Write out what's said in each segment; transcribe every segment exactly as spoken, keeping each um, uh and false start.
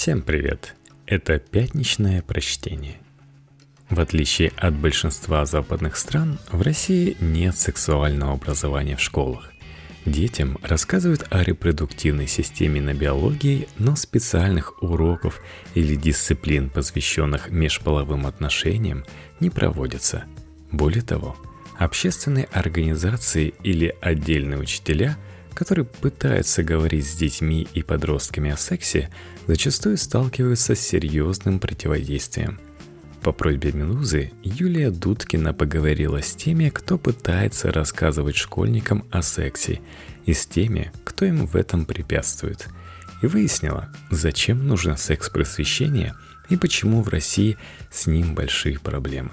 Всем привет! Это пятничное прочтение. В отличие от большинства западных стран, в России нет сексуального образования в школах. Детям рассказывают о репродуктивной системе на биологии, но специальных уроков или дисциплин, посвященных межполовым отношениям, не проводятся. Более того, общественные организации или отдельные учителя, которые пытаются говорить с детьми и подростками о сексе, зачастую сталкиваются с серьезным противодействием. По просьбе «Медузы» Юлия Дудкина поговорила с теми, кто пытается рассказывать школьникам о сексе, и с теми, кто им в этом препятствует. И выяснила, зачем нужно секс-просвещение и почему в России с ним большие проблемы.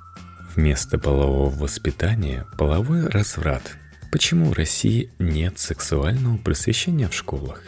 Вместо полового воспитания – половой разврат. Почему в России нет сексуального просвещения в школах?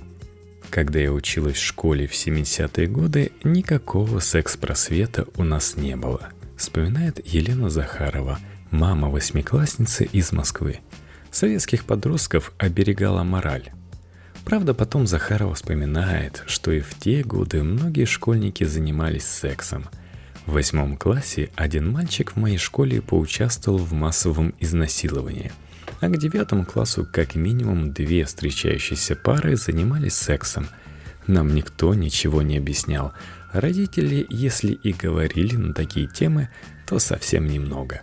Когда я училась в школе в семидесятые годы, никакого секс-просвета у нас не было, вспоминает Елена Захарова, мама восьмиклассницы из Москвы. Советских подростков оберегала мораль. Правда, потом Захарова вспоминает, что и в те годы многие школьники занимались сексом. В восьмом классе один мальчик в моей школе поучаствовал в массовом изнасиловании. А к девятому классу как минимум две встречающиеся пары занимались сексом. Нам никто ничего не объяснял. Родители, если и говорили на такие темы, то совсем немного.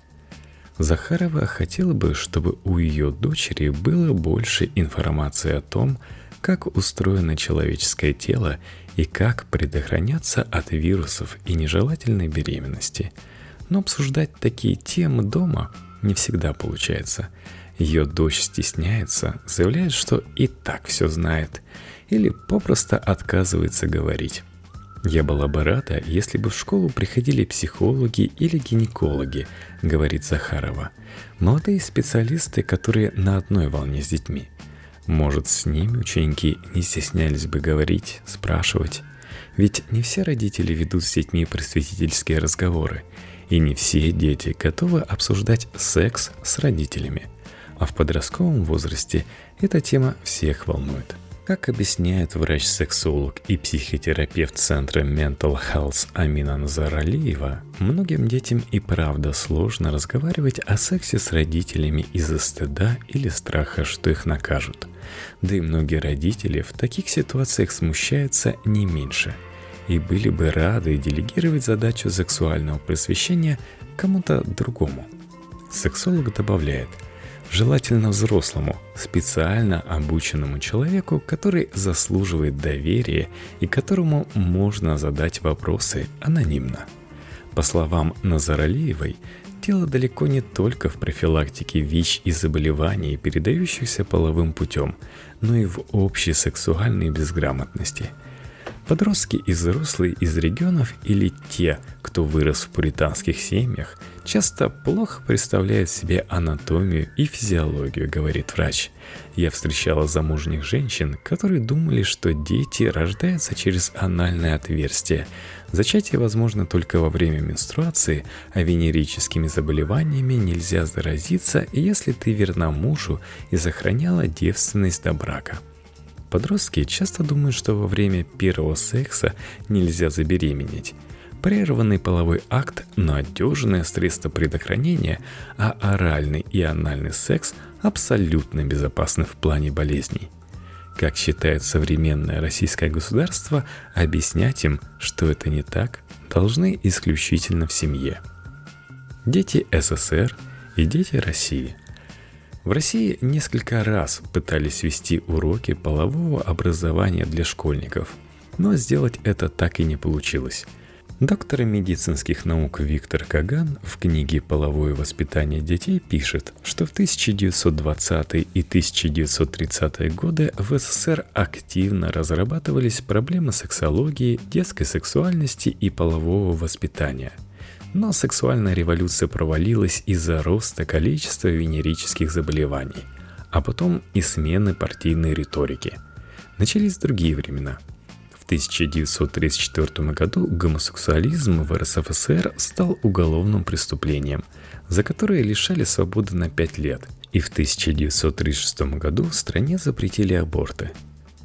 Захарова хотела бы, чтобы у ее дочери было больше информации о том, как устроено человеческое тело и как предохраняться от вирусов и нежелательной беременности. Но обсуждать такие темы дома не всегда получается. Ее дочь стесняется, заявляет, что и так все знает, или попросту отказывается говорить. «Я была бы рада, если бы в школу приходили психологи или гинекологи», — говорит Захарова. «Молодые специалисты, которые на одной волне с детьми. Может, с ними ученики не стеснялись бы говорить, спрашивать. Ведь не все родители ведут с детьми просветительские разговоры, и не все дети готовы обсуждать секс с родителями. А в подростковом возрасте эта тема всех волнует». Как объясняет врач-сексолог и психотерапевт Центра Mental Health Амина Назаралиева, многим детям и правда сложно разговаривать о сексе с родителями из-за стыда или страха, что их накажут. Да и многие родители в таких ситуациях смущаются не меньше и были бы рады делегировать задачу сексуального просвещения кому-то другому. Сексолог добавляет: желательно взрослому, специально обученному человеку, который заслуживает доверия и которому можно задать вопросы анонимно. По словам Назаралиевой, дело далеко не только в профилактике ВИЧ и заболеваний, передающихся половым путем, но и в общей сексуальной безграмотности. Подростки и взрослые из регионов или те, кто вырос в пуританских семьях, часто плохо представляют себе анатомию и физиологию, говорит врач. Я встречала замужних женщин, которые думали, что дети рождаются через анальное отверстие. Зачатие возможно только во время менструации, а венерическими заболеваниями нельзя заразиться, если ты верна мужу и сохраняла девственность до брака. Подростки часто думают, что во время первого секса нельзя забеременеть. Прерванный половой акт – надежное средство предохранения, а оральный и анальный секс абсолютно безопасны в плане болезней. Как считает современное российское государство, объяснять им, что это не так, должны исключительно в семье. Дети СССР и дети России. В России несколько раз пытались вести уроки полового образования для школьников, но сделать это так и не получилось. Доктор медицинских наук Виктор Каган в книге «Половое воспитание детей» пишет, что в тысяча девятьсот двадцатые и тысяча девятьсот тридцатые годы в СССР активно разрабатывались проблемы сексологии, детской сексуальности и полового воспитания. Но сексуальная революция провалилась из-за роста количества венерических заболеваний, а потом и смены партийной риторики. Начались другие времена. В тысяча девятьсот тридцать четвёртом году гомосексуализм в РСФСР стал уголовным преступлением, за которое лишали свободы на пять лет, и в тысяча девятьсот тридцать шестом году в стране запретили аборты.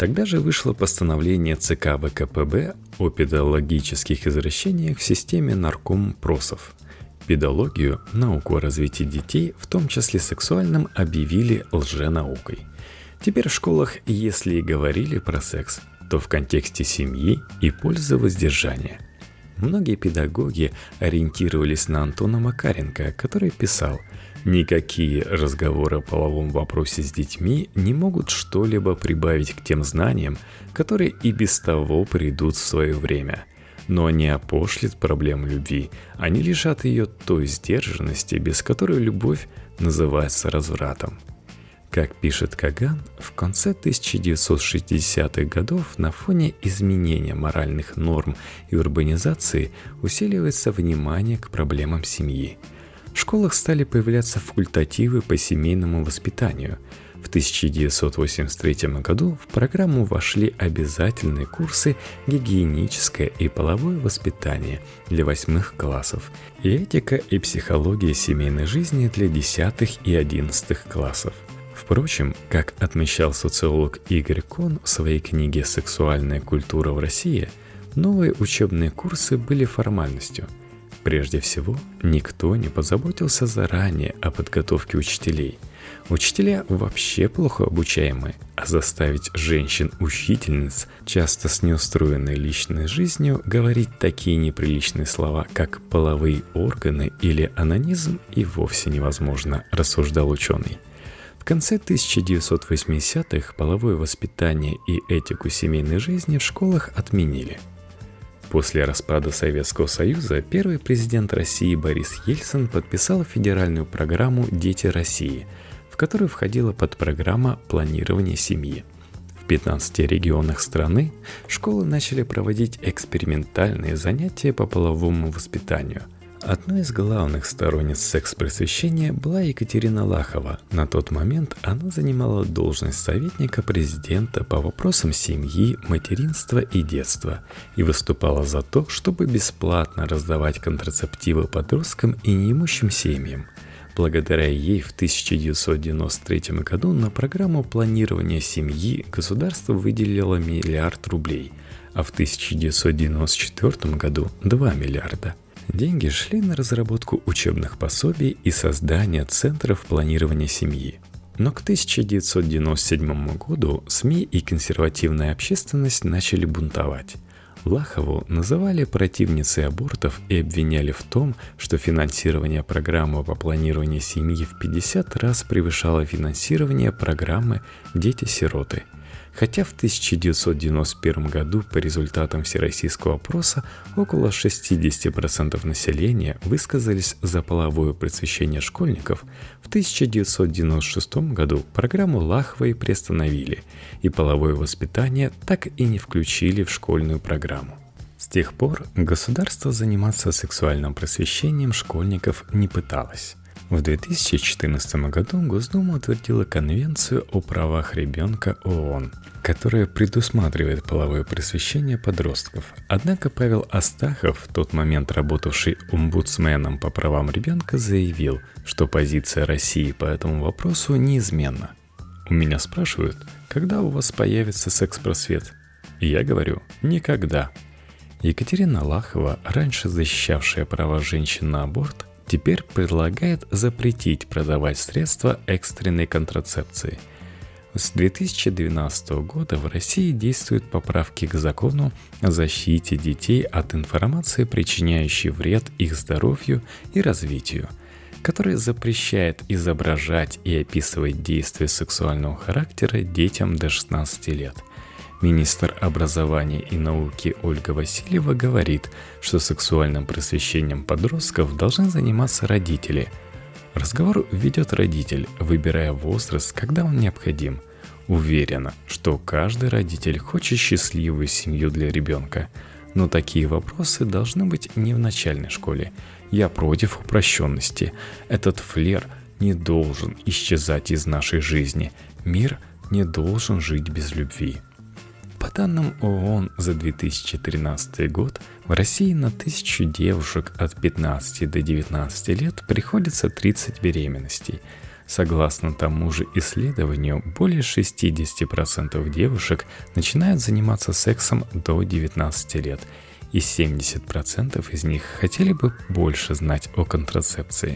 Тогда же вышло постановление ЦК ВКПБ о педагогических извращениях в системе наркомпросов. Педагогию, науку о развитии детей, в том числе сексуальном, объявили лженаукой. Теперь в школах, если и говорили про секс, то в контексте семьи и пользы воздержания. Многие педагоги ориентировались на Антона Макаренко, который писал: «Никакие разговоры о половом вопросе с детьми не могут что-либо прибавить к тем знаниям, которые и без того придут в свое время. Но они опошлят проблему любви, они лишат ее той сдержанности, без которой любовь называется развратом». Как пишет Каган, в конце тысяча девятьсот шестидесятых годов на фоне изменения моральных норм и урбанизации усиливается внимание к проблемам семьи. В школах стали появляться факультативы по семейному воспитанию. В тысяча девятьсот восемьдесят третьем году в программу вошли обязательные курсы «Гигиеническое и половое воспитание» для восьмых классов и «Этика и психология семейной жизни» для десятых и одиннадцатых классов. Впрочем, как отмечал социолог Игорь Кон в своей книге «Сексуальная культура в России», новые учебные курсы были формальностью. Прежде всего, никто не позаботился заранее о подготовке учителей. Учителя вообще плохо обучаемы, а заставить женщин-учительниц, часто с неустроенной личной жизнью, говорить такие неприличные слова, как «половые органы» или «анонизм» и вовсе невозможно, рассуждал ученый. В конце тысяча девятьсот восьмидесятых половое воспитание и этику семейной жизни в школах отменили. После распада Советского Союза первый президент России Борис Ельцин подписал федеральную программу «Дети России», в которую входила подпрограмма планирования семьи. В пятнадцати регионах страны школы начали проводить экспериментальные занятия по половому воспитанию. Одной из главных сторонниц секс-просвещения была Екатерина Лахова. На тот момент она занимала должность советника президента по вопросам семьи, материнства и детства и выступала за то, чтобы бесплатно раздавать контрацептивы подросткам и неимущим семьям. Благодаря ей в тысяча девятьсот девяносто третьем году на программу планирования семьи государство выделило миллиард рублей, а в тысяча девятьсот девяносто четвёртом году два миллиарда. Деньги шли на разработку учебных пособий и создание центров планирования семьи. Но к тысяча девятьсот девяносто седьмому году СМИ и консервативная общественность начали бунтовать. Лахову называли противницей абортов и обвиняли в том, что финансирование программы по планированию семьи в пятьдесят раз превышало финансирование программы «Дети-сироты». Хотя в тысяча девятьсот девяносто первом году по результатам всероссийского опроса около шестьдесят процентов населения высказались за половое просвещение школьников, в тысяча девятьсот девяносто шестом году программу Лаховой приостановили, и половое воспитание так и не включили в школьную программу. С тех пор государство заниматься сексуальным просвещением школьников не пыталось. В две тысячи четырнадцатом году Госдума утвердила Конвенцию о правах ребенка ООН, которая предусматривает половое просвещение подростков. Однако Павел Астахов, в тот момент работавший омбудсменом по правам ребенка, заявил, что позиция России по этому вопросу неизменна. У меня спрашивают, когда у вас появится секс-просвет? И я говорю, никогда. Екатерина Лахова, раньше защищавшая права женщин на аборт, теперь предлагает запретить продавать средства экстренной контрацепции. С две тысячи двенадцатого года в России действуют поправки к закону о защите детей от информации, причиняющей вред их здоровью и развитию, который запрещает изображать и описывать действия сексуального характера детям до шестнадцати лет. Министр образования и науки Ольга Васильева говорит, что сексуальным просвещением подростков должны заниматься родители. Разговор ведет родитель, выбирая возраст, когда он необходим. Уверена, что каждый родитель хочет счастливую семью для ребенка. Но такие вопросы должны быть не в начальной школе. Я против упрощенности. Этот флер не должен исчезать из нашей жизни. Мир не должен жить без любви. По данным ООН за две тысячи тринадцатый год, в России на тысячу девушек от пятнадцати до девятнадцати лет приходится тридцать беременностей. Согласно тому же исследованию, более шестьдесят процентов девушек начинают заниматься сексом до девятнадцати лет, и семьдесят процентов из них хотели бы больше знать о контрацепции.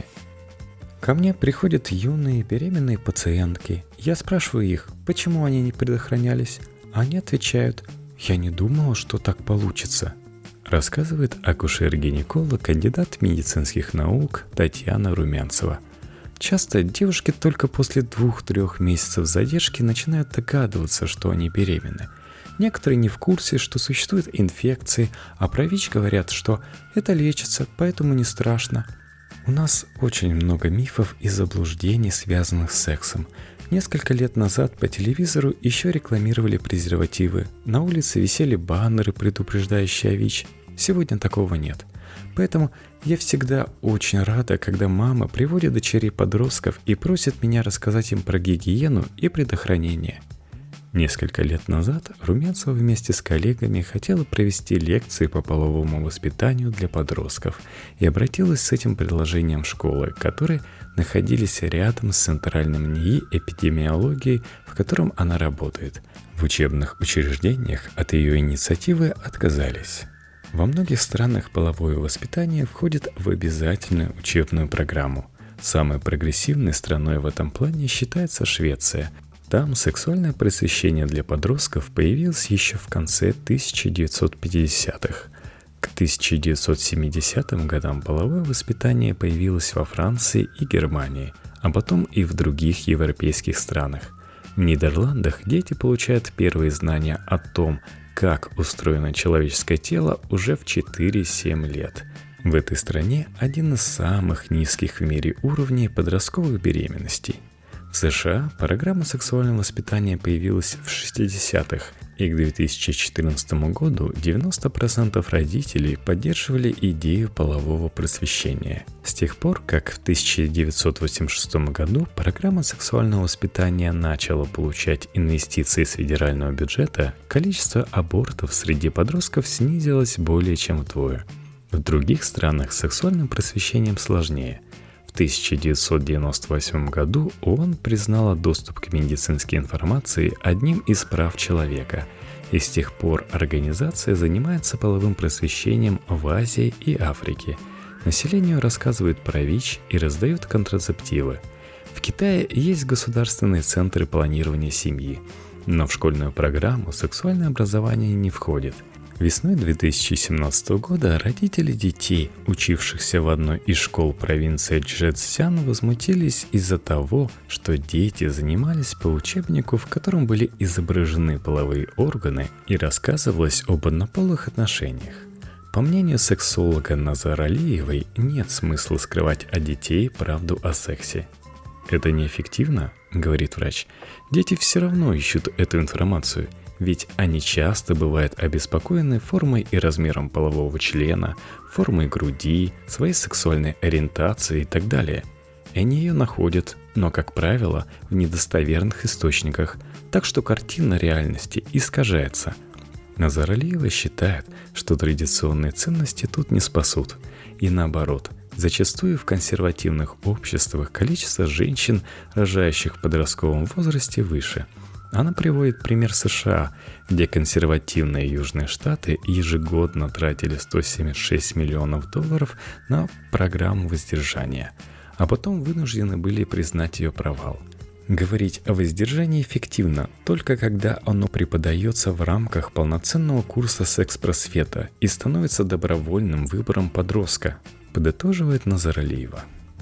Ко мне приходят юные беременные пациентки. Я спрашиваю их, почему они не предохранялись. Они отвечают: «Я не думала, что так получится», рассказывает акушер-гинеколог, кандидат медицинских наук Татьяна Румянцева. Часто девушки только после двух-трех месяцев задержки начинают догадываться, что они беременны. Некоторые не в курсе, что существуют инфекции, а про ВИЧ говорят, что это лечится, поэтому не страшно. У нас очень много мифов и заблуждений, связанных с сексом. Несколько лет назад по телевизору еще рекламировали презервативы. На улице висели баннеры, предупреждающие о ВИЧ. Сегодня такого нет. Поэтому я всегда очень рада, когда мама приводит дочерей-подростков и просит меня рассказать им про гигиену и предохранение. Несколько лет назад Румянцева вместе с коллегами хотела провести лекции по половому воспитанию для подростков и обратилась с этим предложением в школы, которые находились рядом с центральным НИИ эпидемиологии, в котором она работает. В учебных учреждениях от ее инициативы отказались. Во многих странах половое воспитание входит в обязательную учебную программу. Самой прогрессивной страной в этом плане считается Швеция. Там сексуальное просвещение для подростков появилось еще в конце тысяча девятьсот пятидесятых. К тысяча девятьсот семидесятым годам половое воспитание появилось во Франции и Германии, а потом и в других европейских странах. В Нидерландах дети получают первые знания о том, как устроено человеческое тело, уже в четыре-семь лет. В этой стране один из самых низких в мире уровней подростковых беременностей. В США программа сексуального воспитания появилась в шестидесятых, и к две тысячи четырнадцатому году девяносто процентов родителей поддерживали идею полового просвещения. С тех пор, как в тысяча девятьсот восемьдесят шестом году программа сексуального воспитания начала получать инвестиции с федерального бюджета, количество абортов среди подростков снизилось более чем вдвое. В других странах с сексуальным просвещением сложнее. В тысяча девятьсот девяносто восьмом году ООН признала доступ к медицинской информации одним из прав человека, и с тех пор организация занимается половым просвещением в Азии и Африке. Населению рассказывают про ВИЧ и раздают контрацептивы. В Китае есть государственные центры планирования семьи, но в школьную программу сексуальное образование не входит. Весной две тысячи семнадцатого года родители детей, учившихся в одной из школ провинции Чжэцзян, возмутились из-за того, что дети занимались по учебнику, в котором были изображены половые органы и рассказывалось об однополых отношениях. По мнению сексолога Назар Алиевой, нет смысла скрывать от детей правду о сексе. «Это неэффективно», — говорит врач. «Дети все равно ищут эту информацию. Ведь они часто бывают обеспокоены формой и размером полового члена, формой груди, своей сексуальной ориентацией и так далее. И они ее находят, но, как правило, в недостоверных источниках, так что картина реальности искажается. Назар Алиева считает, что традиционные ценности тут не спасут. И наоборот, зачастую в консервативных обществах количество женщин, рожающих в подростковом возрасте, выше. Она приводит пример США, где консервативные южные штаты ежегодно тратили сто семьдесят шесть миллионов долларов на программу воздержания, а потом вынуждены были признать ее провал. Говорить о воздержании эффективно только когда оно преподается в рамках полноценного курса секс-просвета и становится добровольным выбором подростка, подытоживает Назар Алиева.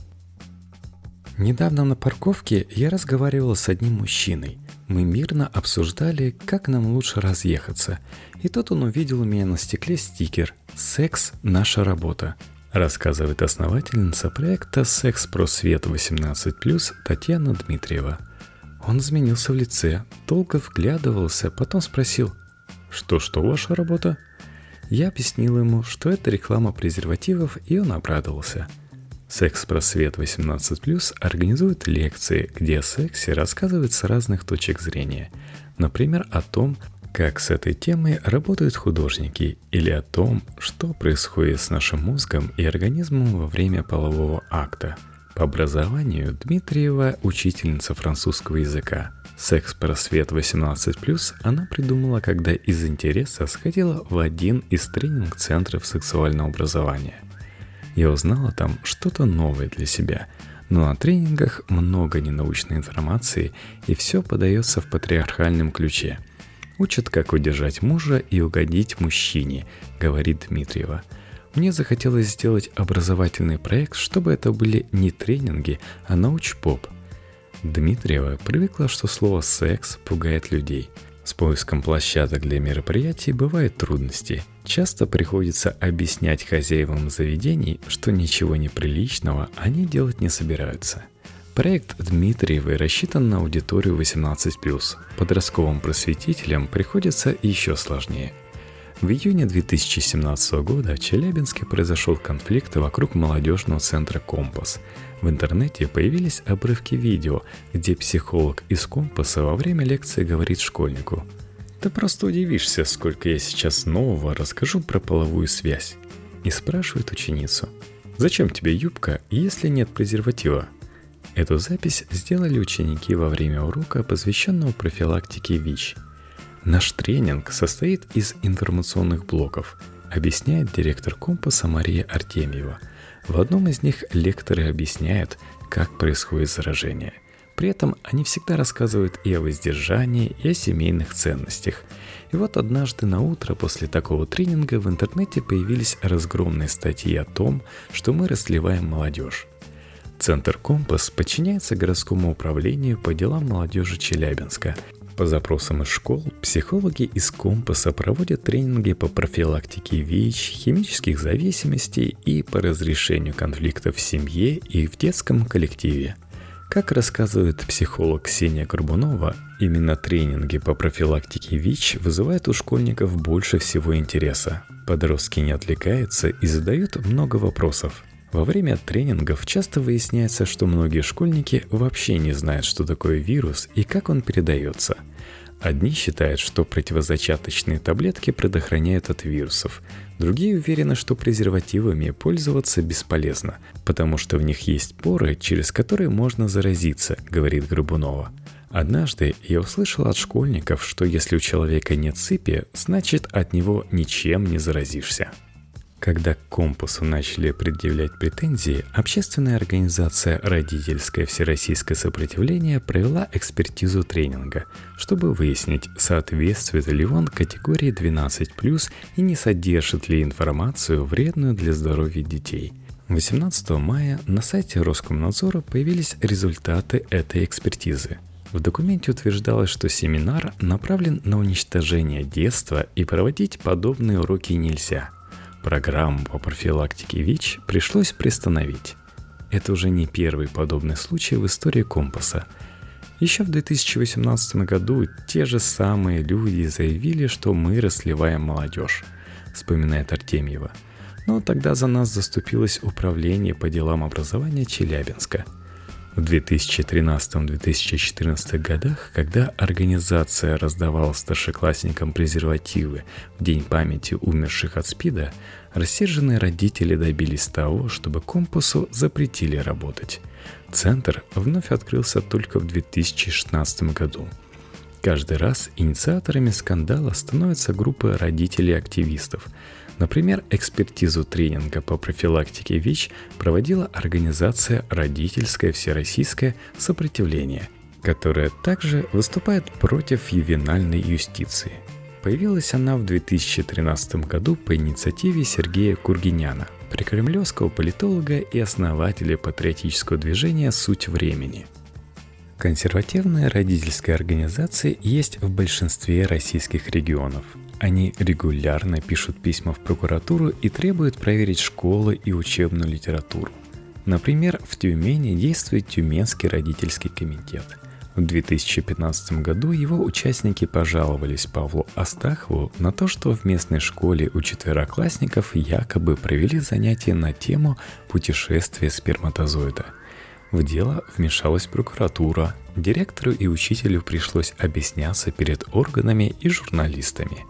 Недавно на парковке я разговаривал с одним мужчиной. Мы мирно обсуждали, как нам лучше разъехаться. И тут он увидел у меня на стекле стикер «Секс – наша работа», рассказывает основательница проекта «Секс-просвет восемнадцать плюс» Татьяна Дмитриева. Он изменился в лице, долго вглядывался, потом спросил: «Что-что ваша работа?» Я объяснил ему, что это реклама презервативов, и он обрадовался. «Секс-просвет восемнадцать плюс» организует лекции, где о сексе рассказывают с разных точек зрения. Например, о том, как с этой темой работают художники, или о том, что происходит с нашим мозгом и организмом во время полового акта. По образованию Дмитриева учительница французского языка. Секс-просвет восемнадцать плюс она придумала, когда из интереса сходила в один из тренинг-центров сексуального образования. Я узнала там что-то новое для себя, но на тренингах много ненаучной информации, и все подается в патриархальном ключе. Учат, как удержать мужа и угодить мужчине, говорит Дмитриева. Мне захотелось сделать образовательный проект, чтобы это были не тренинги, а науч-поп. Дмитриева привыкла, что слово «секс» пугает людей. С поиском площадок для мероприятий бывают трудности. Часто приходится объяснять хозяевам заведений, что ничего неприличного они делать не собираются. Проект Дмитриевой рассчитан на аудиторию восемнадцать плюс. Подростковым просветителям приходится еще сложнее. В июне две тысячи семнадцатого года в Челябинске произошел конфликт вокруг молодежного центра «Компас». В интернете появились обрывки видео, где психолог из «Компаса» во время лекции говорит школьнику: «Ты просто удивишься, сколько я сейчас нового расскажу про половую связь». И спрашивает ученицу: «Зачем тебе юбка, если нет презерватива?» Эту запись сделали ученики во время урока, посвященного профилактике ВИЧ. Наш тренинг состоит из информационных блоков, объясняет директор «Компаса» Мария Артемьева. В одном из них лекторы объясняют, как происходит заражение. При этом они всегда рассказывают и о воздержании, и о семейных ценностях. И вот однажды на утро после такого тренинга в интернете появились разгромные статьи о том, что мы расслеваем молодежь. Центр «Компас» подчиняется городскому управлению по делам молодежи Челябинска. По запросам из школ, психологи из «Компаса» проводят тренинги по профилактике ВИЧ, химических зависимостей и по разрешению конфликтов в семье и в детском коллективе. Как рассказывает психолог Ксения Горбунова, именно тренинги по профилактике ВИЧ вызывают у школьников больше всего интереса. Подростки не отвлекаются и задают много вопросов. Во время тренингов часто выясняется, что многие школьники вообще не знают, что такое вирус и как он передается. Одни считают, что противозачаточные таблетки предохраняют от вирусов. Другие уверены, что презервативами пользоваться бесполезно, потому что в них есть поры, через которые можно заразиться, говорит Горбунова. Однажды я услышал от школьников, что если у человека нет сыпи, значит от него ничем не заразишься. Когда к «Компасу» начали предъявлять претензии, общественная организация «Родительское всероссийское сопротивление» провела экспертизу тренинга, чтобы выяснить, соответствует ли он категории двенадцать плюс и не содержит ли информацию, вредную для здоровья детей. восемнадцатого мая на сайте Роскомнадзора появились результаты этой экспертизы. В документе утверждалось, что семинар направлен на уничтожение детства и проводить подобные уроки нельзя. Программу по профилактике ВИЧ пришлось приостановить. Это уже не первый подобный случай в истории «Компаса». Еще в две тысячи восемнадцатом году те же самые люди заявили, что мы расслеваем молодежь, вспоминает Артемьева. Но тогда за нас заступилось Управление по делам образования Челябинска. В две тысячи тринадцатом - две тысячи четырнадцатом годах, когда организация раздавала старшеклассникам презервативы в День памяти умерших от СПИДа, рассерженные родители добились того, чтобы «Компасу» запретили работать. Центр вновь открылся только в две тысячи шестнадцатом году. Каждый раз инициаторами скандала становятся группы родителей-активистов. Например, экспертизу тренинга по профилактике ВИЧ проводила организация «Родительское всероссийское сопротивление», которая также выступает против ювенальной юстиции. Появилась она в две тысячи тринадцатом году по инициативе Сергея Кургиняна, прикремлевского политолога и основателя патриотического движения «Суть времени». Консервативные родительские организации есть в большинстве российских регионов. Они регулярно пишут письма в прокуратуру и требуют проверить школы и учебную литературу. Например, в Тюмени действует Тюменский родительский комитет. В две тысячи пятнадцатом году его участники пожаловались Павлу Астахову на то, что в местной школе у четвероклассников якобы провели занятия на тему путешествия сперматозоида. В дело вмешалась прокуратура. Директору и учителю пришлось объясняться перед органами и журналистами.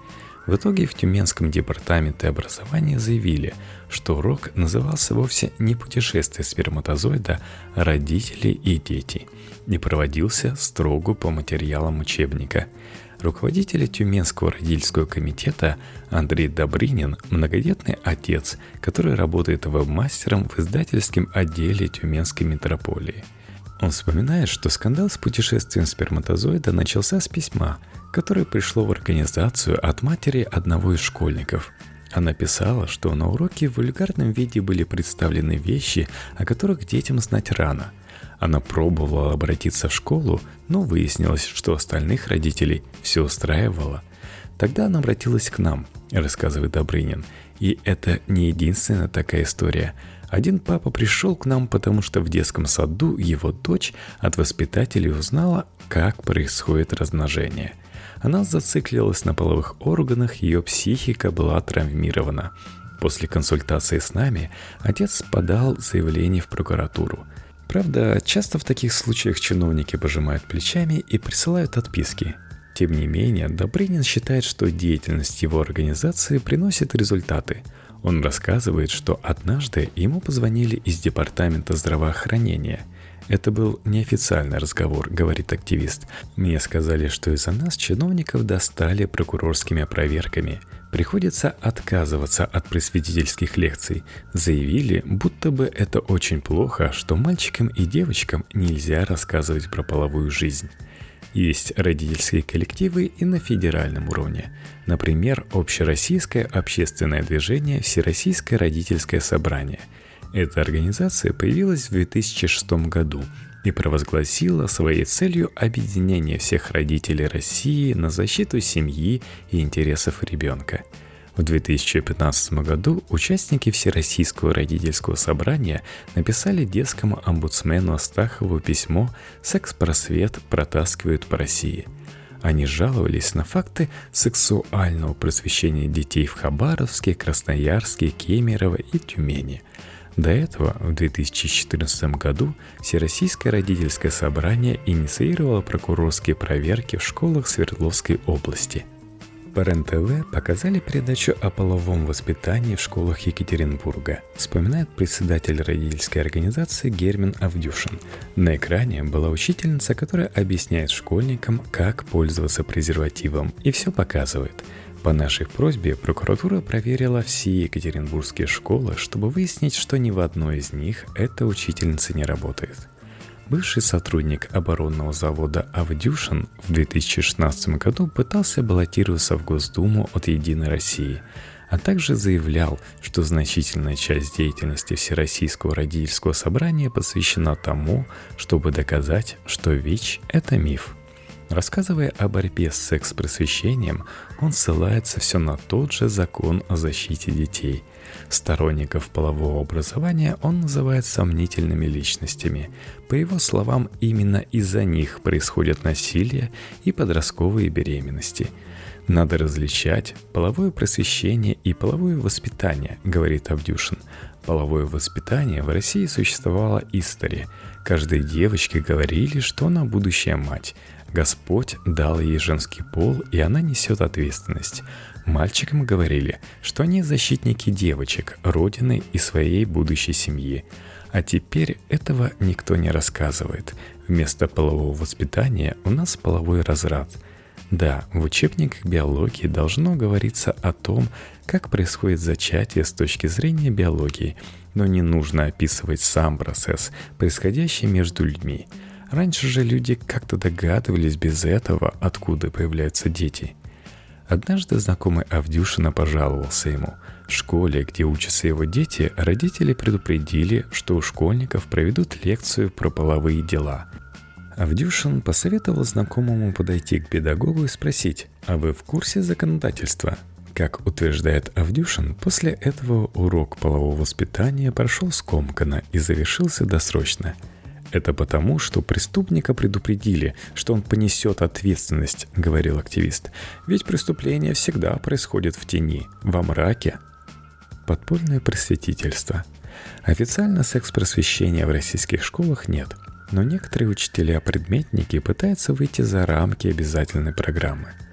В итоге в Тюменском департаменте образования заявили, что урок назывался вовсе не «Путешествие сперматозоида, родители и дети» и проводился строго по материалам учебника. Руководитель Тюменского родительского комитета Андрей Добрынин – многодетный отец, который работает веб-мастером в издательском отделе Тюменской метрополии. Он вспоминает, что скандал с путешествием сперматозоида начался с письма, которое пришло в организацию от матери одного из школьников. Она писала, что на уроке в вульгарном виде были представлены вещи, о которых детям знать рано. Она пробовала обратиться в школу, но выяснилось, что остальных родителей все устраивало. Тогда она обратилась к нам, рассказывает Добрынин. И это не единственная такая история. Один папа пришел к нам, потому что в детском саду его дочь от воспитателей узнала, как происходит размножение. Она зациклилась на половых органах, ее психика была травмирована. После консультации с нами отец подал заявление в прокуратуру. Правда, часто в таких случаях чиновники пожимают плечами и присылают отписки. Тем не менее, Добрынин считает, что деятельность его организации приносит результаты. Он рассказывает, что однажды ему позвонили из департамента здравоохранения. Это был неофициальный разговор, говорит активист. Мне сказали, что из-за нас чиновников достали прокурорскими проверками. Приходится отказываться от просветительских лекций. Заявили, будто бы это очень плохо, что мальчикам и девочкам нельзя рассказывать про половую жизнь. Есть родительские коллективы и на федеральном уровне. Например, Общероссийское общественное движение «Всероссийское родительское собрание». Эта организация появилась в две тысячи шестом году и провозгласила своей целью объединение всех родителей России на защиту семьи и интересов ребенка. В две тысячи пятнадцатом году участники Всероссийского родительского собрания написали детскому омбудсмену Астахову письмо «Секс-просвет протаскивают по России». Они жаловались на факты сексуального просвещения детей в Хабаровске, Красноярске, Кемерово и Тюмени. До этого, в две тысячи четырнадцатом году, Всероссийское родительское собрание инициировало прокурорские проверки в школах Свердловской области. По РЕН-ТВ показали передачу о половом воспитании в школах Екатеринбурга, вспоминает председатель родительской организации Герман Авдюшин. На экране была учительница, которая объясняет школьникам, как пользоваться презервативом, и все показывает. По нашей просьбе прокуратура проверила все екатеринбургские школы, чтобы выяснить, что ни в одной из них эта учительница не работает. Бывший сотрудник оборонного завода Авдюшин в две тысячи шестнадцатом году пытался баллотироваться в Госдуму от «Единой России», а также заявлял, что значительная часть деятельности Всероссийского родительского собрания посвящена тому, чтобы доказать, что ВИЧ – это миф. Рассказывая о борьбе с секс-просвещением, он ссылается все на тот же закон о защите детей. Сторонников полового образования он называет сомнительными личностями. По его словам, именно из-за них происходят насилие и подростковые беременности. Надо различать половое просвещение и половое воспитание, говорит Авдюшин. Половое воспитание в России существовало истори. Каждой девочке говорили, что она будущая мать. Господь дал ей женский пол, и она несет ответственность. Мальчикам говорили, что они защитники девочек, родины и своей будущей семьи. А теперь этого никто не рассказывает. Вместо полового воспитания у нас половой разряд. Да, в учебниках биологии должно говориться о том, как происходит зачатие с точки зрения биологии, но не нужно описывать сам процесс, происходящий между людьми. Раньше же люди как-то догадывались без этого, откуда появляются дети. Однажды знакомый Авдюшина пожаловался ему. В школе, где учатся его дети, родители предупредили, что у школьников проведут лекцию про половые дела. Авдюшин посоветовал знакомому подойти к педагогу и спросить: «А вы в курсе законодательства?» Как утверждает Авдюшин, после этого урок полового воспитания прошел скомканно и завершился досрочно. Это потому, что преступника предупредили, что он понесет ответственность, говорил активист. Ведь преступление всегда происходит в тени, во мраке. Подпольное просветительство. Официально секс-просвещения в российских школах нет, но некоторые учителя-предметники пытаются выйти за рамки обязательной программы.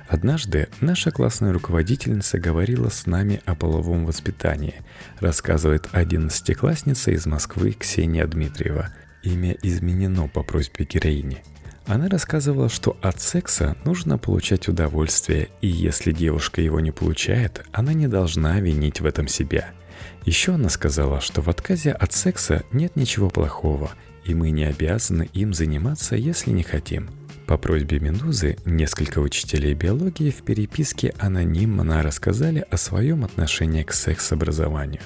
Однажды наша классная руководительница говорила с нами о половом воспитании, рассказывает одиннадцатиклассница из Москвы Ксения Дмитриева. Имя изменено по просьбе героини. Она рассказывала, что от секса нужно получать удовольствие, и если девушка его не получает, она не должна винить в этом себя. Еще она сказала, что в отказе от секса нет ничего плохого, и мы не обязаны им заниматься, если не хотим. По просьбе Медузы несколько учителей биологии в переписке анонимно рассказали о своем отношении к секс-образованию.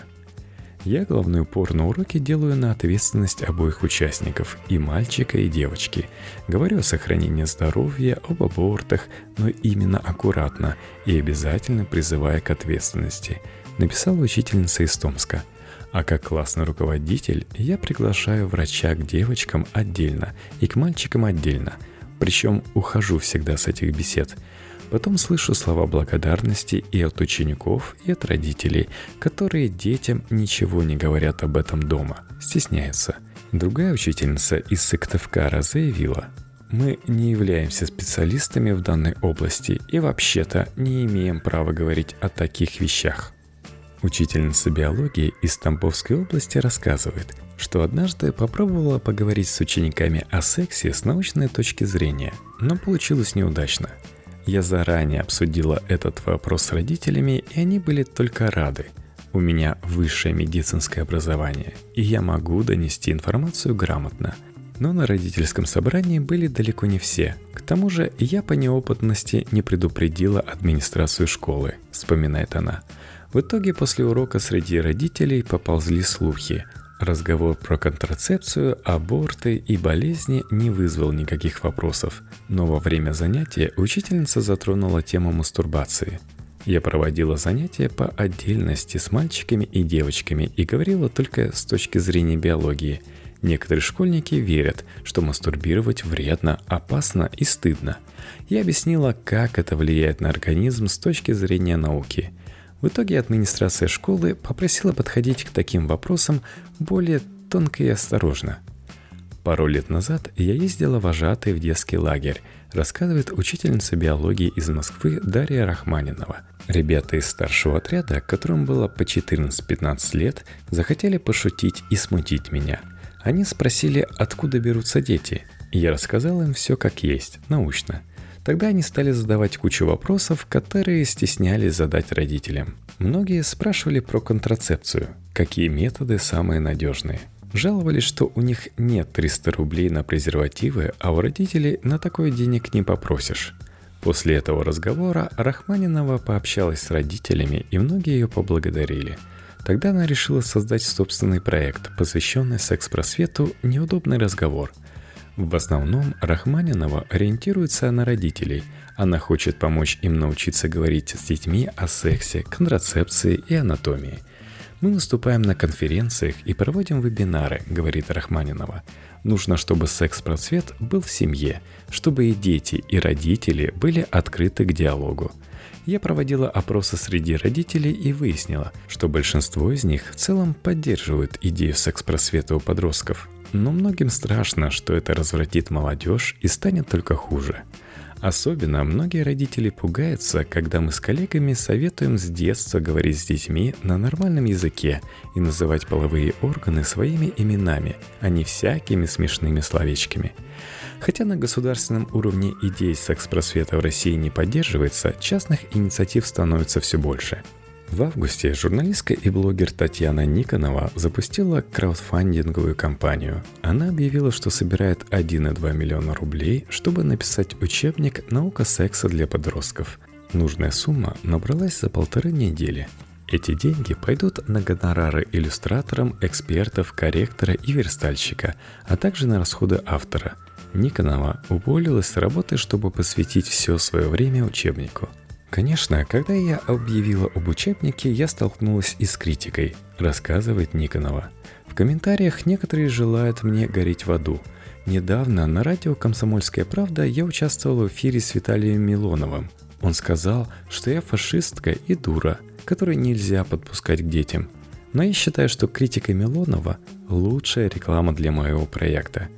Я главный упор на уроке делаю на ответственность обоих участников, и мальчика, и девочки. Говорю о сохранении здоровья, об абортах, но именно аккуратно и обязательно призывая к ответственности, написала учительница из Томска. А как классный руководитель я приглашаю врача к девочкам отдельно и к мальчикам отдельно. Причем ухожу всегда с этих бесед. Потом слышу слова благодарности и от учеников, и от родителей, которые детям ничего не говорят об этом дома, стесняются. Другая учительница из Сыктывкара заявила: «Мы не являемся специалистами в данной области и вообще-то не имеем права говорить о таких вещах». Учительница биологии из Тамбовской области рассказывает, что однажды попробовала поговорить с учениками о сексе с научной точки зрения, но получилось неудачно. Я заранее обсудила этот вопрос с родителями, и они были только рады. У меня высшее медицинское образование, и я могу донести информацию грамотно. Но на родительском собрании были далеко не все. К тому же я по неопытности не предупредила администрацию школы, вспоминает она. В итоге после урока среди родителей поползли слухи. Разговор про контрацепцию, аборты и болезни не вызвал никаких вопросов, но во время занятия учительница затронула тему мастурбации. Я проводила занятия по отдельности с мальчиками и девочками и говорила только с точки зрения биологии. Некоторые школьники верят, что мастурбировать вредно, опасно и стыдно. Я объяснила, как это влияет на организм с точки зрения науки. В итоге администрация школы попросила подходить к таким вопросам более тонко и осторожно. Пару лет назад я ездила вожатой в детский лагерь, рассказывает учительница биологии из Москвы Дарья Рахманинова. Ребята из старшего отряда, которым было по четырнадцать-пятнадцать лет, захотели пошутить и смутить меня. Они спросили, откуда берутся дети. Я рассказал им все как есть, научно. Тогда они стали задавать кучу вопросов, которые стеснялись задать родителям. Многие спрашивали про контрацепцию, какие методы самые надежные. Жаловались, что у них нет триста рублей на презервативы, а у родителей на такой денег не попросишь. После этого разговора Рахманинова пообщалась с родителями, и многие ее поблагодарили. Тогда она решила создать собственный проект, посвященный секс-просвету «Неудобный разговор». В основном Рахманинова ориентируется на родителей. Она хочет помочь им научиться говорить с детьми о сексе, контрацепции и анатомии. Мы выступаем на конференциях и проводим вебинары, говорит Рахманинова. Нужно, чтобы секс-просвет был в семье, чтобы и дети, и родители были открыты к диалогу. Я проводила опросы среди родителей и выяснила, что большинство из них в целом поддерживают идею секс-просвета у подростков. Но многим страшно, что это развратит молодежь и станет только хуже. Особенно многие родители пугаются, когда мы с коллегами советуем с детства говорить с детьми на нормальном языке и называть половые органы своими именами, а не всякими смешными словечками. Хотя на государственном уровне идея секс-просвета в России не поддерживается, частных инициатив становится все больше. В августе журналистка и блогер Татьяна Никонова запустила краудфандинговую кампанию. Она объявила, что собирает один и два миллиона рублей, чтобы написать учебник «Наука секса для подростков». Нужная сумма набралась за полторы недели. Эти деньги пойдут на гонорары иллюстраторам, экспертов, корректора и верстальщика, а также на расходы автора. Никонова уволилась с работы, чтобы посвятить все свое время учебнику. Конечно, когда я объявила об учебнике, я столкнулась и с критикой, рассказывает Никонова. В комментариях некоторые желают мне гореть в аду. Недавно на радио «Комсомольская правда» я участвовала в эфире с Виталием Милоновым. Он сказал, что я фашистка и дура, которую нельзя подпускать к детям. Но я считаю, что критика Милонова – лучшая реклама для моего проекта.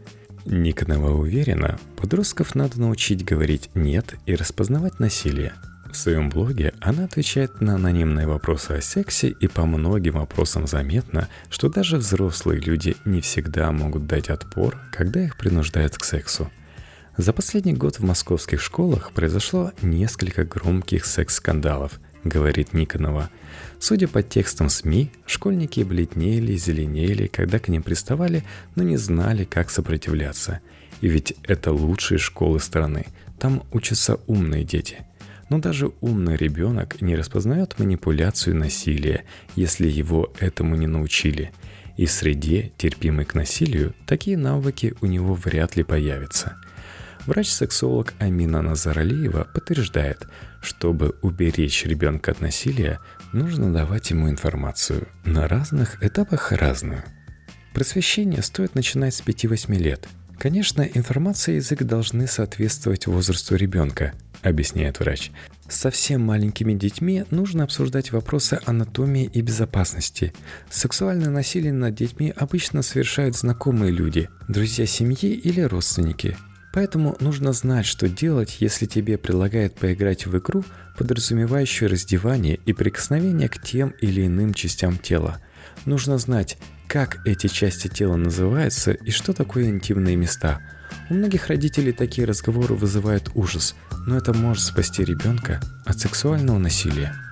Никонова уверена, подростков надо научить говорить «нет» и распознавать насилие. В своем блоге она отвечает на анонимные вопросы о сексе, и по многим вопросам заметно, что даже взрослые люди не всегда могут дать отпор, когда их принуждают к сексу. За последний год в московских школах произошло несколько громких секс-скандалов, говорит Никонова. Судя по текстам СМИ, школьники бледнели, зеленели, когда к ним приставали, но не знали, как сопротивляться. И ведь это лучшие школы страны, там учатся умные дети. Но даже умный ребенок не распознает манипуляцию и насилие, если его этому не научили. И в среде, терпимой к насилию, такие навыки у него вряд ли появятся. Врач-сексолог Амина Назаралиева подтверждает, чтобы уберечь ребенка от насилия, нужно давать ему информацию, на разных этапах разную. Просвещение стоит начинать с пяти-восьми лет. Конечно, информация и язык должны соответствовать возрасту ребенка, объясняет врач. С совсем маленькими детьми нужно обсуждать вопросы анатомии и безопасности. Сексуальное насилие над детьми обычно совершают знакомые люди, друзья семьи или родственники. Поэтому нужно знать, что делать, если тебе предлагают поиграть в игру, подразумевающую раздевание и прикосновение к тем или иным частям тела. Нужно знать, как эти части тела называются и что такое интимные места. У многих родителей такие разговоры вызывают ужас, но это может спасти ребенка от сексуального насилия.